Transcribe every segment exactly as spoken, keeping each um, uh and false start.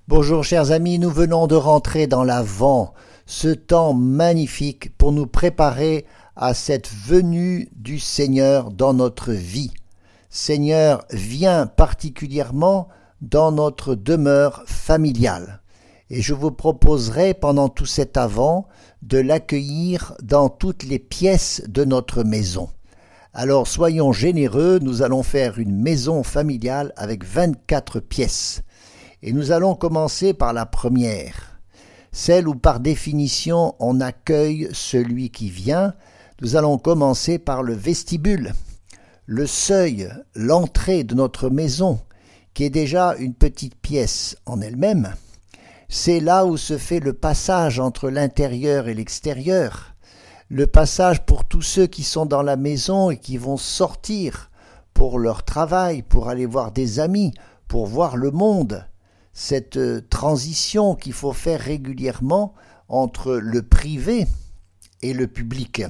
Bonjour chers amis, nous venons de rentrer dans l'Avent, ce temps magnifique pour nous préparer à cette venue du Seigneur dans notre vie. Seigneur vient particulièrement dans notre demeure familiale. Et je vous proposerai pendant tout cet Avent de l'accueillir dans toutes les pièces de notre maison. Alors soyons généreux, nous allons faire une maison familiale avec vingt-quatre pièces. Et nous allons commencer par la première, celle où par définition on accueille celui qui vient. Nous allons commencer par le vestibule, le seuil, l'entrée de notre maison, qui est déjà une petite pièce en elle-même. C'est là où se fait le passage entre l'intérieur et l'extérieur. Le passage pour tous ceux qui sont dans la maison et qui vont sortir pour leur travail, pour aller voir des amis, pour voir le monde. Cette transition qu'il faut faire régulièrement entre le privé et le public.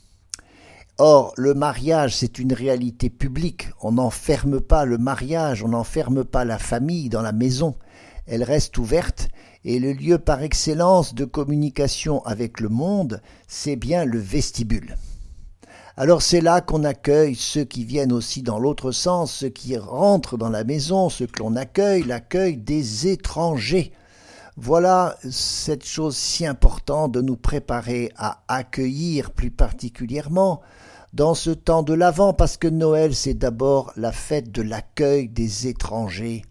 Or, le mariage, c'est une réalité publique. On n'enferme pas le mariage, on n'enferme pas la famille dans la maison. Elle reste ouverte et le lieu par excellence de communication avec le monde, c'est bien le vestibule. Alors c'est là qu'on accueille ceux qui viennent aussi dans l'autre sens, ceux qui rentrent dans la maison, ceux que l'on accueille, l'accueil des étrangers. Voilà cette chose si importante de nous préparer à accueillir plus particulièrement dans ce temps de l'Avent, parce que Noël c'est d'abord la fête de l'accueil des étrangers.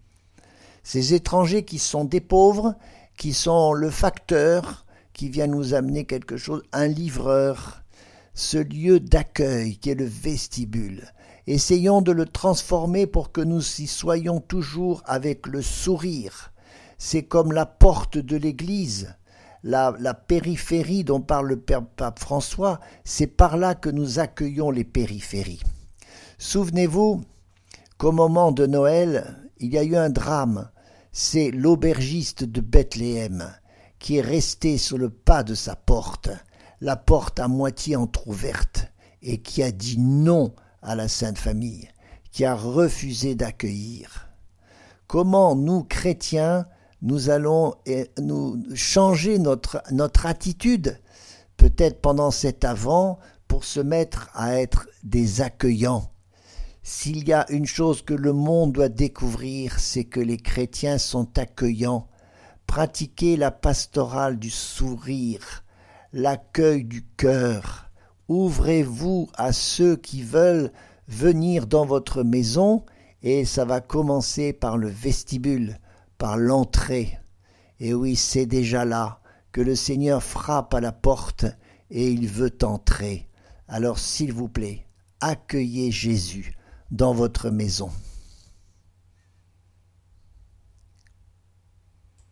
Ces étrangers qui sont des pauvres, qui sont le facteur, qui vient nous amener quelque chose, un livreur, ce lieu d'accueil qui est le vestibule. Essayons de le transformer pour que nous y soyons toujours avec le sourire. C'est comme la porte de l'église, la, la périphérie dont parle le Père Pape François, c'est par là que nous accueillons les périphéries. Souvenez-vous qu'au moment de Noël, il y a eu un drame. C'est l'aubergiste de Bethléem qui est resté sur le pas de sa porte, la porte à moitié entr'ouverte, et qui a dit non à la Sainte Famille, qui a refusé d'accueillir. Comment nous, chrétiens, nous allons nous changer notre, notre attitude, peut-être pendant cet Avent, pour se mettre à être des accueillants. S'il y a une chose que le monde doit découvrir, c'est que les chrétiens sont accueillants. Pratiquez la pastorale du sourire, l'accueil du cœur. Ouvrez-vous à ceux qui veulent venir dans votre maison et ça va commencer par le vestibule, par l'entrée. Et oui, c'est déjà là que le Seigneur frappe à la porte et il veut entrer. Alors s'il vous plaît, accueillez Jésus dans votre maison.